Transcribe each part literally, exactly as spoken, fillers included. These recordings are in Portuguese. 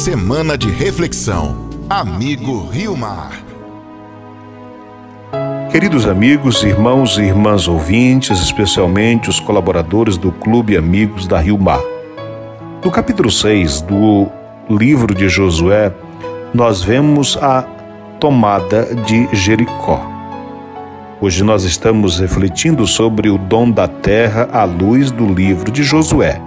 Semana de reflexão. Amigo Rio Mar. Queridos amigos, irmãos e irmãs ouvintes, especialmente os colaboradores do Clube Amigos da Rio Mar. No capítulo seis do livro de Josué, nós vemos a tomada de Jericó. Hoje nós estamos refletindo sobre o dom da terra à luz do livro de Josué.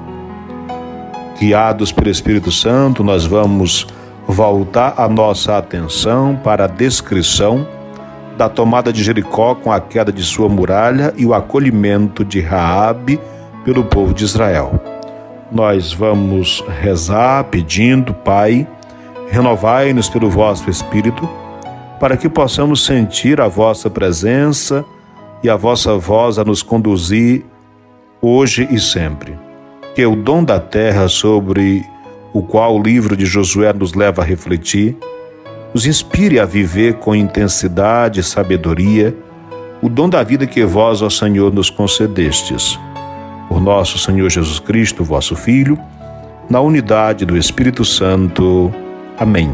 Guiados pelo Espírito Santo, nós vamos voltar a nossa atenção para a descrição da tomada de Jericó com a queda de sua muralha e o acolhimento de Raabe pelo povo de Israel. Nós vamos rezar pedindo: Pai, renovai-nos pelo vosso Espírito, para que possamos sentir a vossa presença e a vossa voz a nos conduzir hoje e sempre. Que o dom da terra sobre o qual o livro de Josué nos leva a refletir, nos inspire a viver com intensidade e sabedoria o dom da vida que vós, ó Senhor, nos concedestes. Por nosso Senhor Jesus Cristo, vosso Filho, na unidade do Espírito Santo. Amém.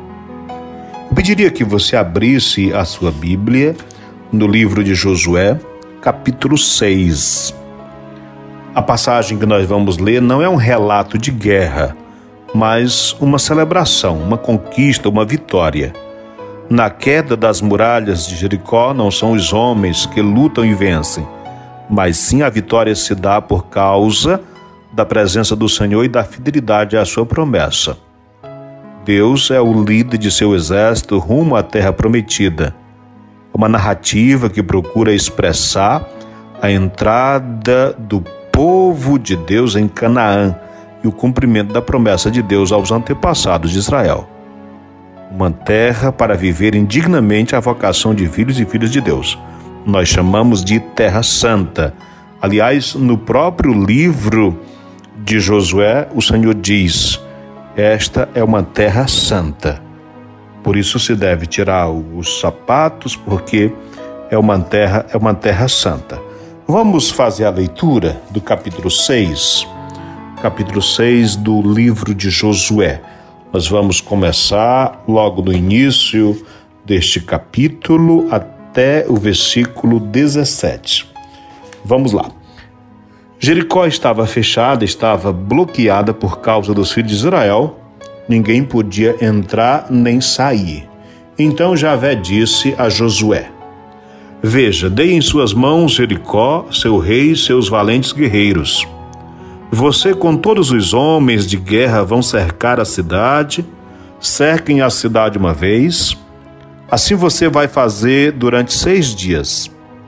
Eu pediria que você abrisse a sua Bíblia no livro de Josué, capítulo seis. A passagem que nós vamos ler não é um relato de guerra, mas uma celebração, uma conquista, uma vitória. Na queda das muralhas de Jericó não são os homens que lutam e vencem, mas sim a vitória se dá por causa da presença do Senhor e da fidelidade à sua promessa. Deus é o líder de seu exército rumo à terra prometida. Uma narrativa que procura expressar a entrada do povo de Deus em Canaã e o cumprimento da promessa de Deus aos antepassados de Israel. Uma terra para viverem dignamente a vocação de filhos e filhas de Deus. Nós chamamos de Terra Santa. Aliás, no próprio livro de Josué, o Senhor diz: esta é uma terra santa. Por isso se deve tirar os sapatos, porque é uma terra, é uma terra santa. Vamos fazer a leitura do capítulo seis, capítulo seis do livro de Josué. Nós vamos começar logo no início deste capítulo até o versículo dezessete. Vamos lá. Jericó estava fechada, estava bloqueada por causa dos filhos de Israel. Ninguém podia entrar nem sair. Então Javé disse a Josué: Veja, dei em suas mãos Jericó, seu rei e seus valentes guerreiros. Você com todos os homens de guerra vão cercar a cidade, cerquem a cidade uma vez. Assim você vai fazer durante seis dias.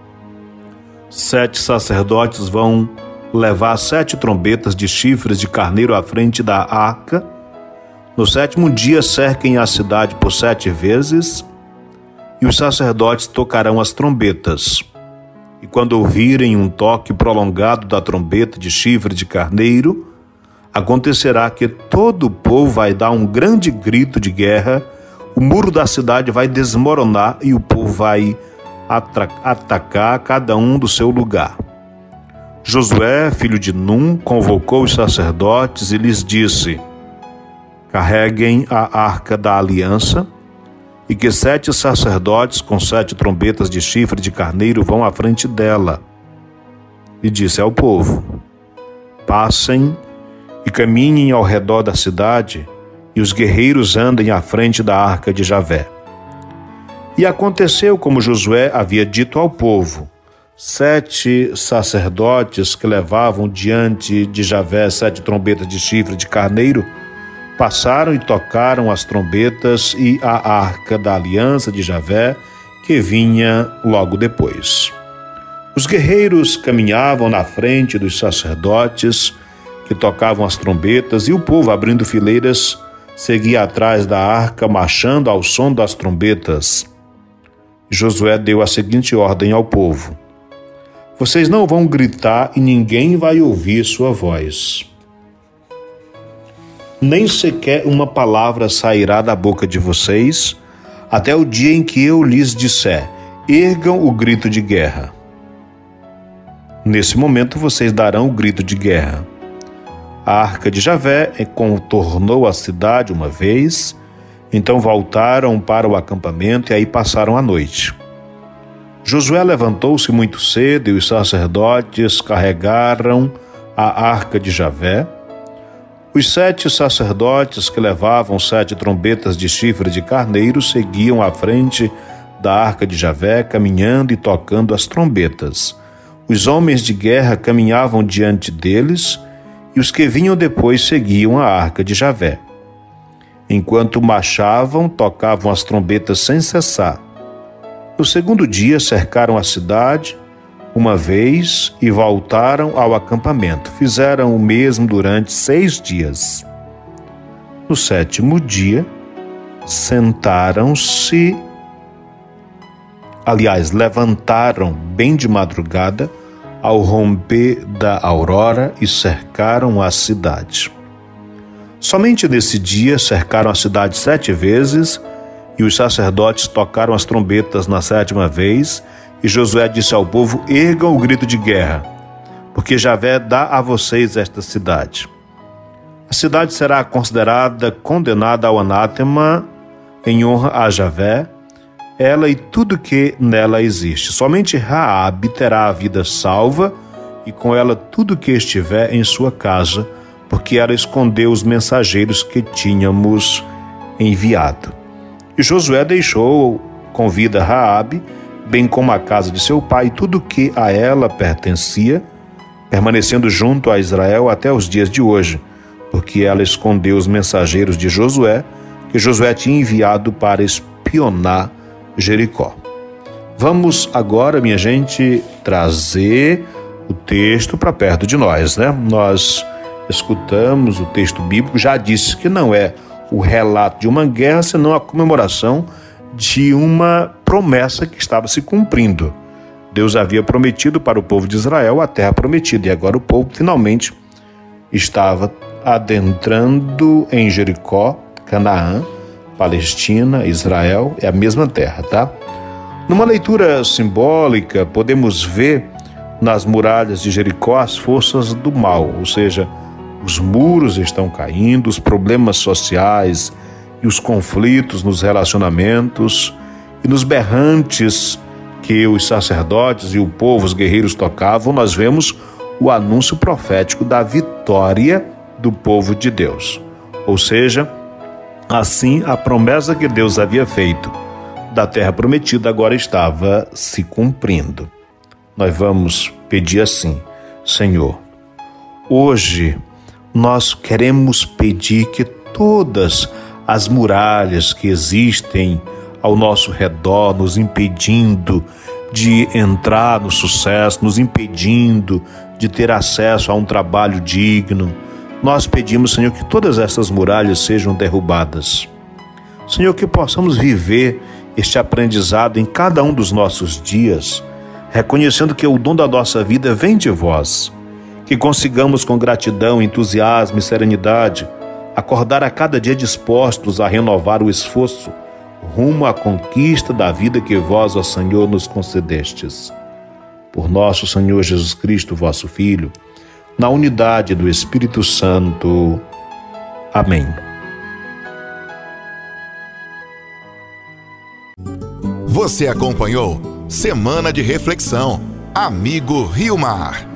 Sete sacerdotes vão levar sete trombetas de chifres de carneiro à frente da arca. No sétimo dia cerquem a cidade por sete vezes, e os sacerdotes tocarão as trombetas. E quando ouvirem um toque prolongado da trombeta de chifre de carneiro, acontecerá que todo o povo vai dar um grande grito de guerra, o muro da cidade vai desmoronar e o povo vai atacar cada um do seu lugar. Josué, filho de Num, convocou os sacerdotes e lhes disse: Carreguem a arca da aliança, e que sete sacerdotes com sete trombetas de chifre de carneiro vão à frente dela. E disse ao povo: Passem e caminhem ao redor da cidade, e os guerreiros andem à frente da arca de Javé. E aconteceu como Josué havia dito ao povo. Sete sacerdotes que levavam diante de Javé sete trombetas de chifre de carneiro passaram e tocaram as trombetas e a arca da aliança de Javé, que vinha logo depois. Os guerreiros caminhavam na frente dos sacerdotes, que tocavam as trombetas, e o povo, abrindo fileiras, seguia atrás da arca, marchando ao som das trombetas. Josué deu a seguinte ordem ao povo: Vocês não vão gritar e ninguém vai ouvir sua voz. Nem sequer uma palavra sairá da boca de vocês, até o dia em que eu lhes disser: ergam o grito de guerra. Nesse momento vocês darão o grito de guerra. A arca de Javé contornou a cidade uma vez, então voltaram para o acampamento e aí passaram a noite. Josué levantou-se muito cedo e os sacerdotes carregaram a arca de Javé. Os sete sacerdotes que levavam sete trombetas de chifre de carneiro seguiam à frente da arca de Javé, caminhando e tocando as trombetas. Os homens de guerra caminhavam diante deles e os que vinham depois seguiam a arca de Javé. Enquanto marchavam, tocavam as trombetas sem cessar. No segundo dia, cercaram a cidade uma vez e voltaram ao acampamento. Fizeram o mesmo durante seis dias. No sétimo dia, sentaram-se, aliás, levantaram bem de madrugada, ao romper da aurora, e cercaram a cidade. Somente nesse dia cercaram a cidade sete vezes, e os sacerdotes tocaram as trombetas na sétima vez, e Josué disse ao povo: ergam o grito de guerra, porque Javé dá a vocês esta cidade. A cidade será considerada condenada ao anátema em honra a Javé, ela e tudo que nela existe. Somente Raabe terá a vida salva, e com ela tudo que estiver em sua casa, porque ela escondeu os mensageiros que tínhamos enviado. E Josué deixou com vida Raabe, bem como a casa de seu pai, tudo que a ela pertencia, permanecendo junto a Israel até os dias de hoje, porque ela escondeu os mensageiros de Josué, que Josué tinha enviado para espionar Jericó. Vamos agora, minha gente, trazer o texto para perto de nós, né? Nós escutamos o texto bíblico, já disse que não é o relato de uma guerra, senão a comemoração de uma promessa que estava se cumprindo. Deus havia prometido para o povo de Israel a terra prometida, e agora o povo finalmente estava adentrando em Jericó, Canaã, Palestina, Israel, é a mesma terra, tá? Numa leitura simbólica, podemos ver nas muralhas de Jericó as forças do mal, ou seja, os muros estão caindo, os problemas sociais e os conflitos nos relacionamentos, e nos berrantes que os sacerdotes e o povo, os guerreiros tocavam, nós vemos o anúncio profético da vitória do povo de Deus. Ou seja, assim a promessa que Deus havia feito da terra prometida agora estava se cumprindo. Nós vamos pedir assim: Senhor, hoje nós queremos pedir que todas as muralhas que existem ao nosso redor, nos impedindo de entrar no sucesso, nos impedindo de ter acesso a um trabalho digno, nós pedimos, Senhor, que todas essas muralhas sejam derrubadas. Senhor, que possamos viver este aprendizado em cada um dos nossos dias, reconhecendo que o dom da nossa vida vem de vós, que consigamos com gratidão, entusiasmo e serenidade acordar a cada dia dispostos a renovar o esforço rumo à conquista da vida que vós, ó Senhor, nos concedestes. Por nosso Senhor Jesus Cristo, vosso Filho, na unidade do Espírito Santo. Amém. Você acompanhou Semana de Reflexão, Amigo Rio Mar.